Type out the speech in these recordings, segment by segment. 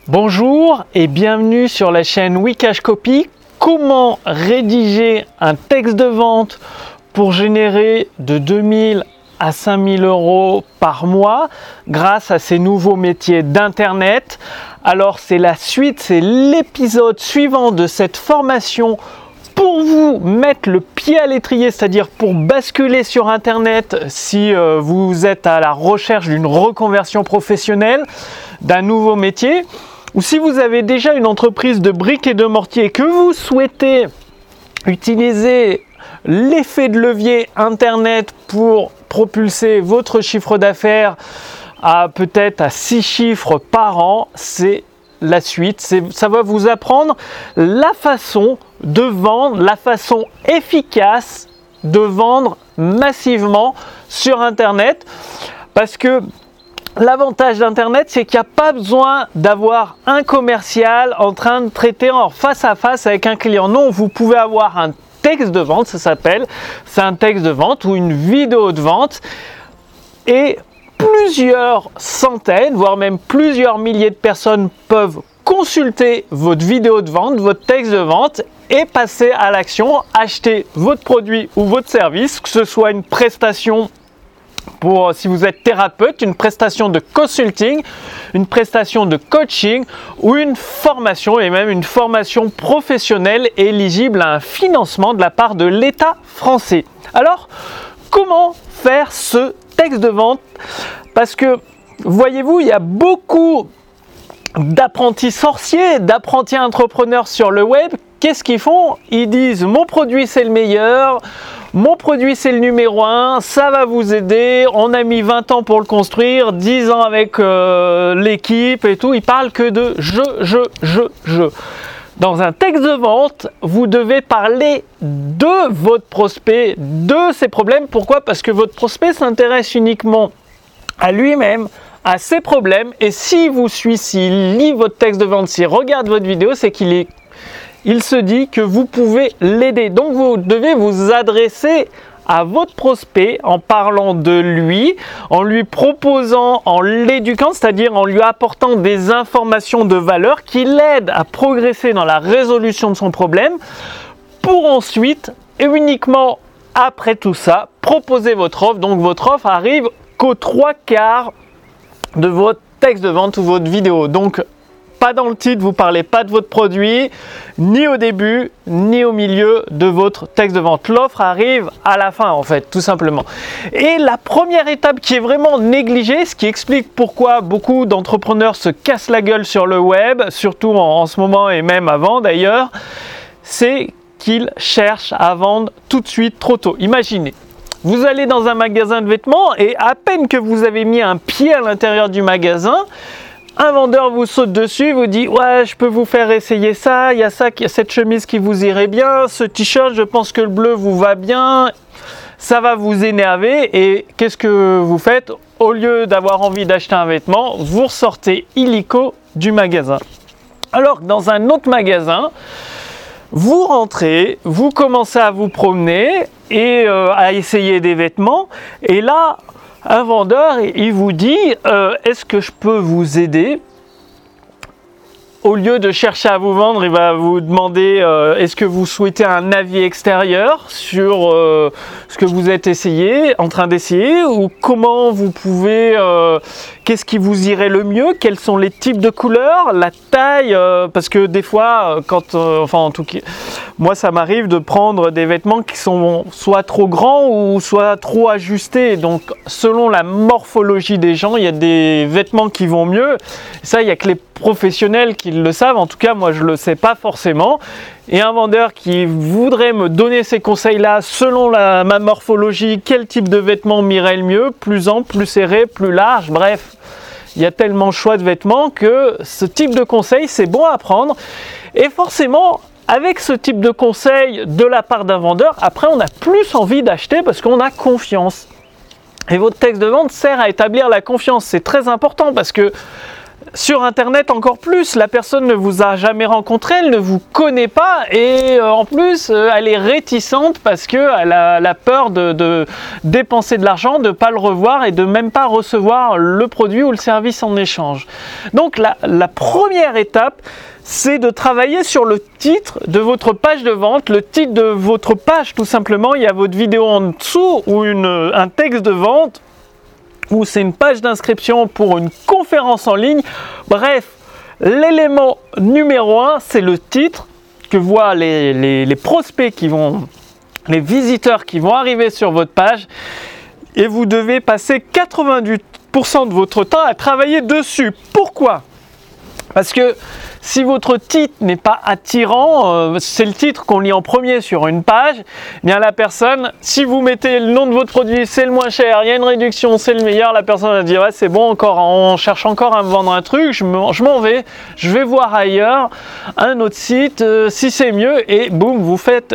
Bonjour et bienvenue sur la chaîne Wikash Copy. Comment rédiger un texte de vente pour générer de 2000 à 5000 euros par mois grâce à ces nouveaux métiers d'internet. Alors c'est la suite, c'est l'épisode suivant de cette formation pour vous mettre le pied à l'étrier, c'est-à-dire pour basculer sur internet si vous êtes à la recherche d'une reconversion professionnelle, d'un nouveau métier. Ou si vous avez déjà une entreprise de briques et de mortier et que vous souhaitez utiliser l'effet de levier internet pour propulser votre chiffre d'affaires à peut-être à 6 chiffres par an, c'est la suite. Ça va vous apprendre la façon de vendre, la façon efficace de vendre massivement sur internet, parce que l'avantage d'Internet, c'est qu'il n'y a pas besoin d'avoir un commercial en train de traiter en face à face avec un client. Non, vous pouvez avoir un texte de vente, ça s'appelle. C'est un texte de vente ou une vidéo de vente. Et plusieurs centaines, voire même plusieurs milliers de personnes peuvent consulter votre vidéo de vente, votre texte de vente et passer à l'action, acheter votre produit ou votre service, que ce soit une prestation pour si vous êtes thérapeute, une prestation de consulting, une prestation de coaching ou une formation et même une formation professionnelle éligible à un financement de la part de l'État français. Alors, comment faire ce texte de vente? Parce que, voyez-vous, il y a beaucoup d'apprentis sorciers, d'apprentis entrepreneurs sur le web. Qu'est-ce qu'ils font? Ils disent « mon produit c'est le meilleur ». Mon produit c'est le numéro 1, ça va vous aider, on a mis 20 ans pour le construire, 10 ans avec l'équipe et tout, ils parlent que de je. Dans un texte de vente, vous devez parler de votre prospect, de ses problèmes. Pourquoi? Parce que votre prospect s'intéresse uniquement à lui-même, à ses problèmes, et s'il vous suit, s'il lit votre texte de vente, s'il regarde votre vidéo, c'est il se dit que vous pouvez l'aider. Donc vous devez vous adresser à votre prospect en parlant de lui, en lui proposant, en l'éduquant, c'est-à-dire en lui apportant des informations de valeur qui l'aident à progresser dans la résolution de son problème, pour ensuite, et uniquement après tout ça, proposer votre offre. Donc votre offre arrive qu'aux 3/4 de votre texte de vente ou votre vidéo. Donc pas dans le titre, vous ne parlez pas de votre produit, ni au début, ni au milieu de votre texte de vente. L'offre arrive à la fin, en fait, tout simplement. Et la première étape qui est vraiment négligée, ce qui explique pourquoi beaucoup d'entrepreneurs se cassent la gueule sur le web, surtout en ce moment et même avant d'ailleurs, c'est qu'ils cherchent à vendre tout de suite trop tôt. Imaginez. Vous allez dans un magasin de vêtements et à peine que vous avez mis un pied à l'intérieur du magasin, un vendeur vous saute dessus, vous dit « Ouais, je peux vous faire essayer ça, il y a cette chemise qui vous irait bien, ce t-shirt, je pense que le bleu vous va bien. » Ça va vous énerver et qu'est-ce que vous faites? Au lieu d'avoir envie d'acheter un vêtement, vous ressortez illico du magasin. Alors que dans un autre magasin, vous rentrez, vous commencez à vous promener et à essayer des vêtements et là, un vendeur, il vous dit est-ce que je peux vous aider? Au lieu de chercher à vous vendre, il va vous demander est-ce que vous souhaitez un avis extérieur sur ce que vous êtes en train d'essayer, ou comment vous pouvez, qu'est-ce qui vous irait le mieux, quels sont les types de couleurs, la taille, parce que des fois, enfin en tout cas, moi ça m'arrive de prendre des vêtements qui sont soit trop grands ou soit trop ajustés. Donc selon la morphologie des gens, il y a des vêtements qui vont mieux. Ça, il y a que les professionnels qui le savent. En tout cas, moi je le sais pas forcément. Et un vendeur qui voudrait me donner ces conseils-là selon ma morphologie, quel type de vêtements m'irait le mieux, plus ample, plus serré, plus large, bref. Il y a tellement de choix de vêtements que ce type de conseil, c'est bon à prendre. Et forcément, avec ce type de conseil de la part d'un vendeur, après on a plus envie d'acheter parce qu'on a confiance. Et votre texte de vente sert à établir la confiance. C'est très important parce que Sur Internet encore plus, la personne ne vous a jamais rencontré, elle ne vous connaît pas et en plus elle est réticente parce qu'elle a la peur de dépenser de l'argent, de ne pas le revoir et de même pas recevoir le produit ou le service en échange. Donc la première étape, c'est de travailler sur le titre de votre page de vente, le titre de votre page tout simplement. Il y a votre vidéo en dessous ou un texte de vente, ou c'est une page d'inscription pour une conférence en ligne. Bref, l'élément numéro 1, c'est le titre que voient les prospects les visiteurs qui vont arriver sur votre page. Et vous devez passer 90% de votre temps à travailler dessus. Pourquoi ? Parce que si votre titre n'est pas attirant, c'est le titre qu'on lit en premier sur une page, eh bien la personne, si vous mettez le nom de votre produit, c'est le moins cher, il y a une réduction, c'est le meilleur, la personne va dire ouais, c'est bon, on cherche encore à me vendre un truc, je m'en vais, je vais voir ailleurs un autre site, si c'est mieux, et boum, vous faites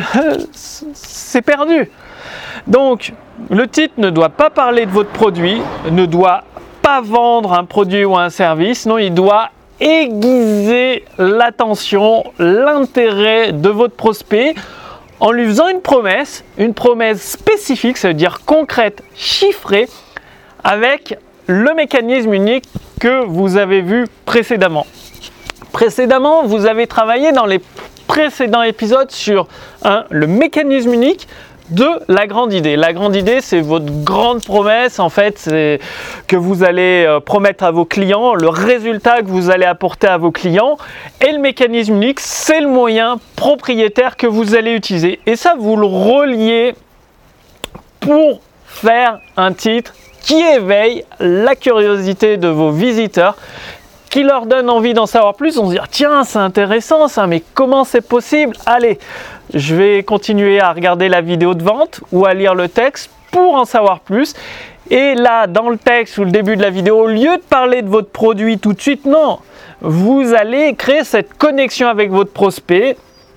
c'est perdu. Donc le titre ne doit pas parler de votre produit, ne doit pas vendre un produit ou un service, non, il doit aiguiser l'attention, l'intérêt de votre prospect en lui faisant une promesse spécifique, ça veut dire concrète, chiffrée, avec le mécanisme unique que vous avez vu précédemment. Précédemment, vous avez travaillé dans les précédents épisodes sur le mécanisme unique de la grande idée. La grande idée, c'est votre grande promesse, en fait, c'est que vous allez promettre à vos clients, le résultat que vous allez apporter à vos clients. Et le mécanisme unique, c'est le moyen propriétaire que vous allez utiliser. Et ça, vous le reliez pour faire un titre qui éveille la curiosité de vos visiteurs, qui leur donne envie d'en savoir plus. On se dit tiens, c'est intéressant ça, mais comment c'est possible? Allez, je vais continuer à regarder la vidéo de vente ou à lire le texte pour en savoir plus. Et là, dans le texte ou le début de la vidéo, au lieu de parler de votre produit tout de suite, non, vous allez créer cette connexion avec votre prospect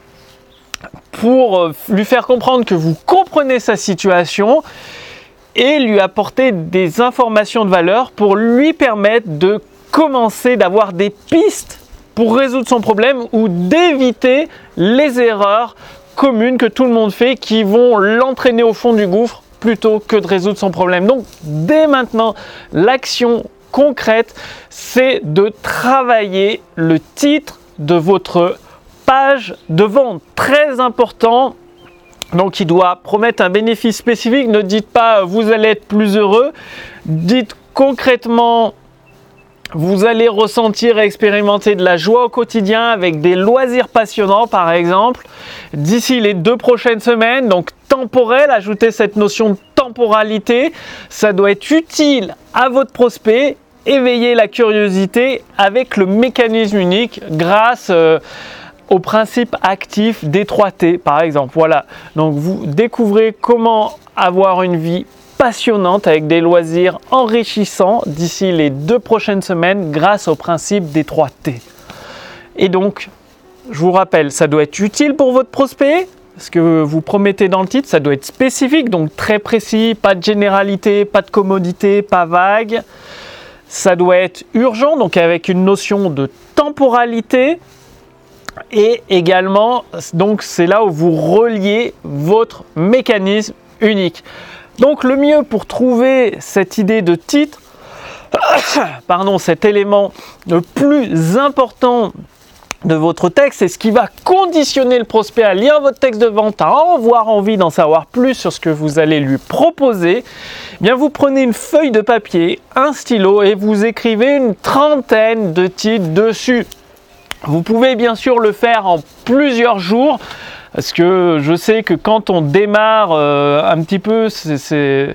pour lui faire comprendre que vous comprenez sa situation et lui apporter des informations de valeur pour lui permettre de commencer d'avoir des pistes pour résoudre son problème ou d'éviter les erreurs communes que tout le monde fait qui vont l'entraîner au fond du gouffre plutôt que de résoudre son problème. Donc dès maintenant, l'action concrète, c'est de travailler le titre de votre page de vente. Très important. Donc il doit promettre un bénéfice spécifique. Ne dites pas vous allez être plus heureux. Dites concrètement vous allez ressentir et expérimenter de la joie au quotidien avec des loisirs passionnants par exemple d'ici les 2 prochaines semaines. Donc temporel, ajoutez cette notion de temporalité. Ça doit être utile à votre prospect. Éveiller la curiosité avec le mécanisme unique grâce au principe actif des 3T par exemple. Voilà, donc vous découvrez comment avoir une vie passionnante avec des loisirs enrichissants d'ici les 2 prochaines semaines grâce au principe des 3T. Et donc, je vous rappelle, ça doit être utile pour votre prospect, ce que vous promettez dans le titre, ça doit être spécifique, donc très précis, pas de généralité, pas de commodité, pas vague. Ça doit être urgent, donc avec une notion de temporalité. Et également, donc c'est là où vous reliez votre mécanisme unique. Donc le mieux pour trouver cette idée de titre, cet élément le plus important de votre texte, c'est ce qui va conditionner le prospect à lire votre texte de vente, à avoir envie d'en savoir plus sur ce que vous allez lui proposer. Eh bien, vous prenez une feuille de papier, un stylo et vous écrivez une trentaine de titres dessus. Vous pouvez bien sûr le faire en plusieurs jours. Parce que je sais que quand on démarre un petit peu ce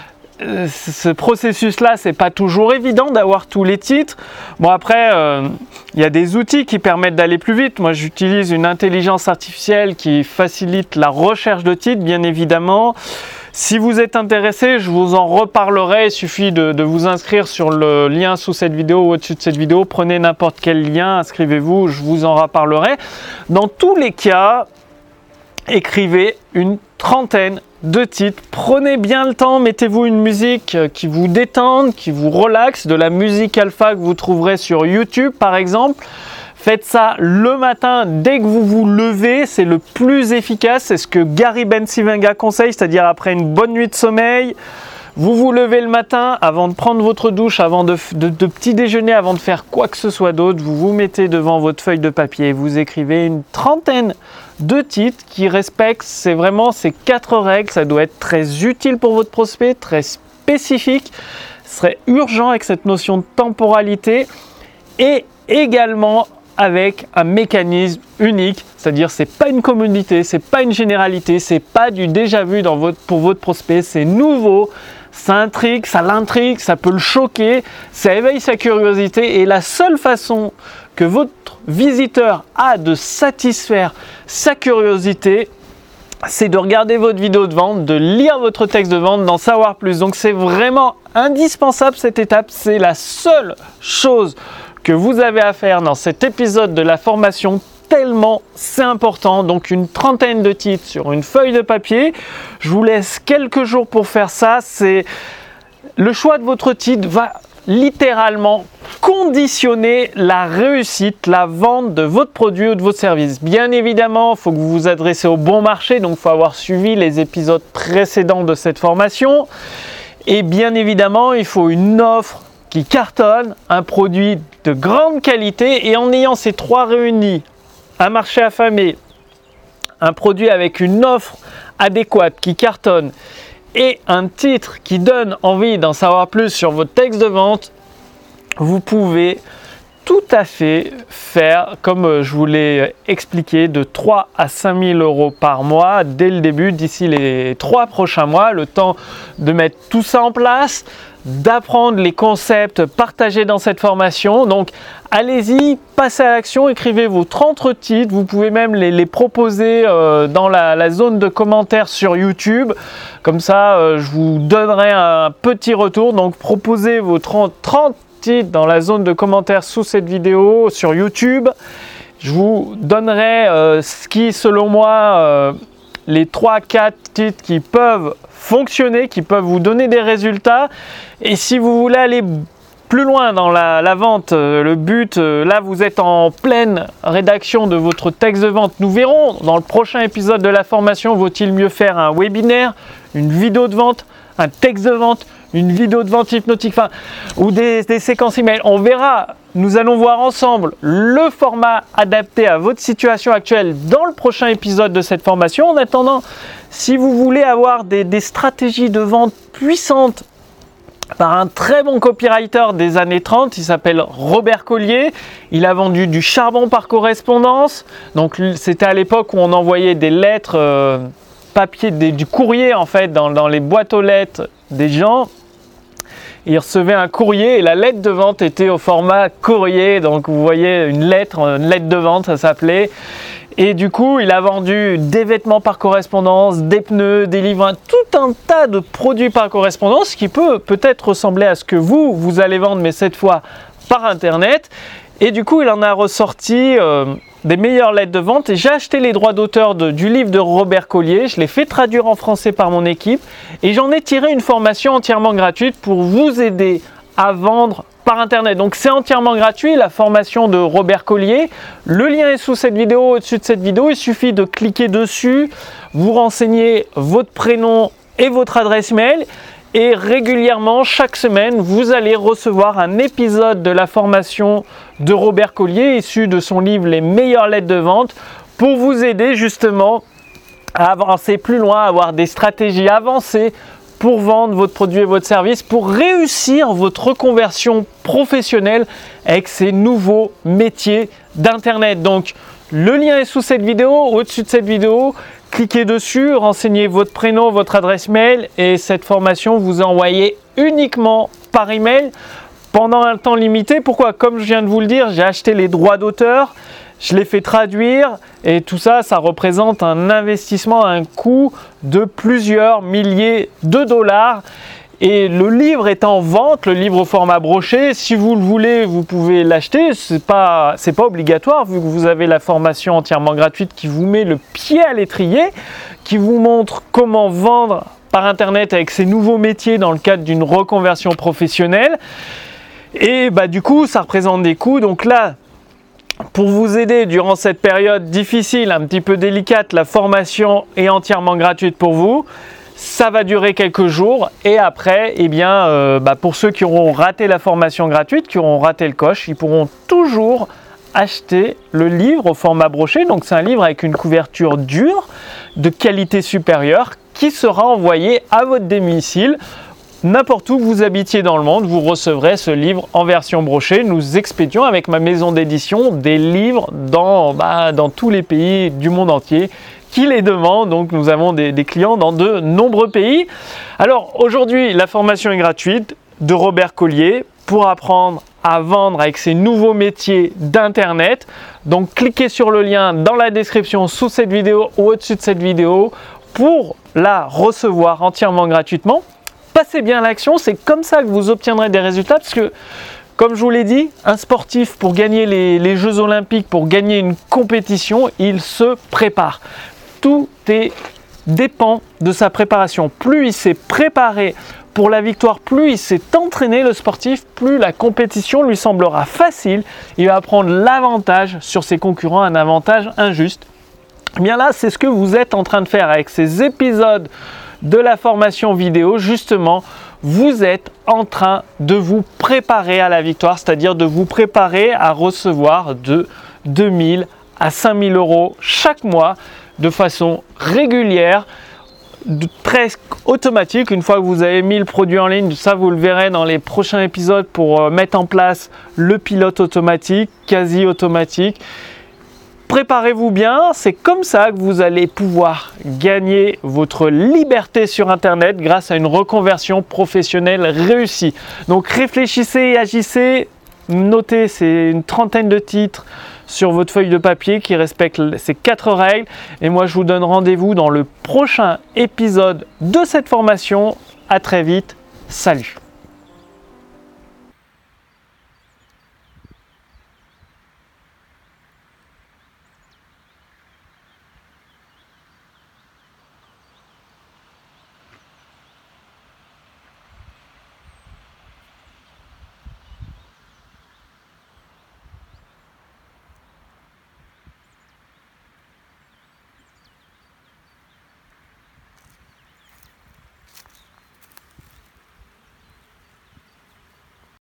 processus-là, c'est pas toujours évident d'avoir tous les titres. Bon après, il y a des outils qui permettent d'aller plus vite. Moi, j'utilise une intelligence artificielle qui facilite la recherche de titres, bien évidemment. Si vous êtes intéressé, je vous en reparlerai. Il suffit de vous inscrire sur le lien sous cette vidéo ou au-dessus de cette vidéo. Prenez n'importe quel lien, inscrivez-vous, je vous en reparlerai. Dans tous les cas, écrivez une trentaine de titres. Prenez bien le temps, mettez-vous une musique qui vous détende, qui vous relaxe, de la musique alpha que vous trouverez sur YouTube par exemple. Faites ça le matin dès que vous vous levez, c'est le plus efficace, c'est ce que Gary Bencivenga conseille, c'est-à-dire après une bonne nuit de sommeil. Vous vous levez le matin avant de prendre votre douche, avant de petit déjeuner, avant de faire quoi que ce soit d'autre, vous vous mettez devant votre feuille de papier et vous écrivez une trentaine de titres qui respectent vraiment ces 4 règles. Ça doit être très utile pour votre prospect, très spécifique. Ce serait urgent avec cette notion de temporalité et également avec un mécanisme unique, c'est-à-dire c'est pas une commodité, c'est pas une généralité, c'est pas du déjà vu pour votre prospect, c'est nouveau, ça intrigue, ça l'intrigue, ça peut le choquer, ça éveille sa curiosité et la seule façon que votre visiteur a de satisfaire sa curiosité, c'est de regarder votre vidéo de vente, de lire votre texte de vente, d'en savoir plus. Donc c'est vraiment indispensable cette étape, c'est la seule chose que vous avez à faire dans cet épisode de la formation, tellement c'est important. Donc une trentaine de titres sur une feuille de papier. Je vous laisse quelques jours pour faire ça. Le choix de votre titre va littéralement conditionner la réussite, la vente de votre produit ou de votre service. Bien évidemment, il faut que vous vous adressez au bon marché, donc il faut avoir suivi les épisodes précédents de cette formation. Et bien évidemment, il faut une offre qui cartonne, un produit de grande qualité, et en ayant ces 3 réunis, un marché affamé, un produit avec une offre adéquate qui cartonne et un titre qui donne envie d'en savoir plus sur votre texte de vente, vous pouvez tout à fait faire, comme je vous l'ai expliqué, de 3 à 5 000 euros par mois dès le début, d'ici les 3 prochains mois, le temps de mettre tout ça en place, d'apprendre les concepts partagés dans cette formation. Donc allez-y, passez à l'action, écrivez vos 30 titres, vous pouvez même les proposer dans la zone de commentaires sur YouTube, comme ça je vous donnerai un petit retour. Donc proposez vos 30 titres dans la zone de commentaires sous cette vidéo sur YouTube. Je vous donnerai ce qui selon moi les 3-4 titres qui peuvent fonctionner, qui peuvent vous donner des résultats. Et si vous voulez aller plus loin dans la vente, le but, là vous êtes en pleine rédaction de votre texte de vente. Nous verrons dans le prochain épisode de la formation, vaut-il mieux faire un webinaire, une vidéo de vente, un texte de vente, une vidéo de vente hypnotique, ou des séquences email. On verra, nous allons voir ensemble le format adapté à votre situation actuelle dans le prochain épisode de cette formation. En attendant, si vous voulez avoir des stratégies de vente puissantes par un très bon copywriter des années 30, il s'appelle Robert Collier. Il a vendu du charbon par correspondance. Donc c'était à l'époque où on envoyait des lettres papier, du courrier en fait dans les boîtes aux lettres des gens. Il recevait un courrier et la lettre de vente était au format courrier. Donc vous voyez une lettre de vente, ça s'appelait. Et du coup, il a vendu des vêtements par correspondance, des pneus, des livres, tout un tas de produits par correspondance qui peut peut-être ressembler à ce que vous allez vendre, mais cette fois par Internet. Et du coup, il en a ressorti des meilleures lettres de vente. Et j'ai acheté les droits d'auteur du livre de Robert Collier. Je l'ai fait traduire en français par mon équipe. Et j'en ai tiré une formation entièrement gratuite pour vous aider à vendre par Internet. Donc c'est entièrement gratuit, la formation de Robert Collier. Le lien est sous cette vidéo, au-dessus de cette vidéo. Il suffit de cliquer dessus, vous renseignez votre prénom et votre adresse mail. Et régulièrement, chaque semaine, vous allez recevoir un épisode de la formation de Robert Collier, issu de son livre Les meilleures lettres de vente, pour vous aider justement à avancer plus loin, à avoir des stratégies avancées pour vendre votre produit et votre service, pour réussir votre reconversion professionnelle avec ces nouveaux métiers d'Internet. Donc, le lien est sous cette vidéo, au-dessus de cette vidéo. Cliquez dessus, renseignez votre prénom, votre adresse mail et cette formation vous est envoyée uniquement par email pendant un temps limité. Pourquoi ? Comme je viens de vous le dire, j'ai acheté les droits d'auteur, je les fais traduire et tout ça, ça représente un investissement, un coût de plusieurs milliers de dollars. Et le livre est en vente, le livre au format broché. Si vous le voulez, vous pouvez l'acheter. C'est pas obligatoire vu que vous avez la formation entièrement gratuite qui vous met le pied à l'étrier, qui vous montre comment vendre par Internet avec ces nouveaux métiers dans le cadre d'une reconversion professionnelle. Et du coup, ça représente des coûts. Donc là, pour vous aider durant cette période difficile, un petit peu délicate, la formation est entièrement gratuite pour vous. Ça va durer quelques jours et après, pour ceux qui auront raté la formation gratuite, qui auront raté le coche, ils pourront toujours acheter le livre au format broché. Donc c'est un livre avec une couverture dure, de qualité supérieure, qui sera envoyé à votre domicile. N'importe où que vous habitiez dans le monde, vous recevrez ce livre en version brochée. Nous expédions avec ma maison d'édition des livres dans tous les pays du monde entier qui les demandent. Donc nous avons des clients dans de nombreux pays. Alors aujourd'hui, la formation est gratuite de Robert Collier pour apprendre à vendre avec ces nouveaux métiers d'Internet. Donc cliquez sur le lien dans la description sous cette vidéo ou au-dessus de cette vidéo pour la recevoir entièrement gratuitement. Passez bien à l'action, c'est comme ça que vous obtiendrez des résultats parce que, comme je vous l'ai dit, un sportif pour gagner les Jeux Olympiques, pour gagner une compétition, il se prépare. Tout dépend de sa préparation. Plus il s'est préparé pour la victoire, plus il s'est entraîné le sportif, plus la compétition lui semblera facile. Il va prendre l'avantage sur ses concurrents, un avantage injuste. Eh bien là, c'est ce que vous êtes en train de faire avec ces épisodes de la formation vidéo. Justement, vous êtes en train de vous préparer à la victoire, c'est-à-dire de vous préparer à recevoir de 2000 à 5000 euros chaque mois de façon régulière, presque automatique. Une fois que vous avez mis le produit en ligne, ça vous le verrez dans les prochains épisodes pour mettre en place le pilote automatique, quasi automatique. Préparez-vous bien, c'est comme ça que vous allez pouvoir gagner votre liberté sur Internet grâce à une reconversion professionnelle réussie. Donc réfléchissez et agissez, notez, c'est une trentaine de titres sur votre feuille de papier qui respectent ces 4 règles. Et moi, je vous donne rendez-vous dans le prochain épisode de cette formation. À très vite, salut!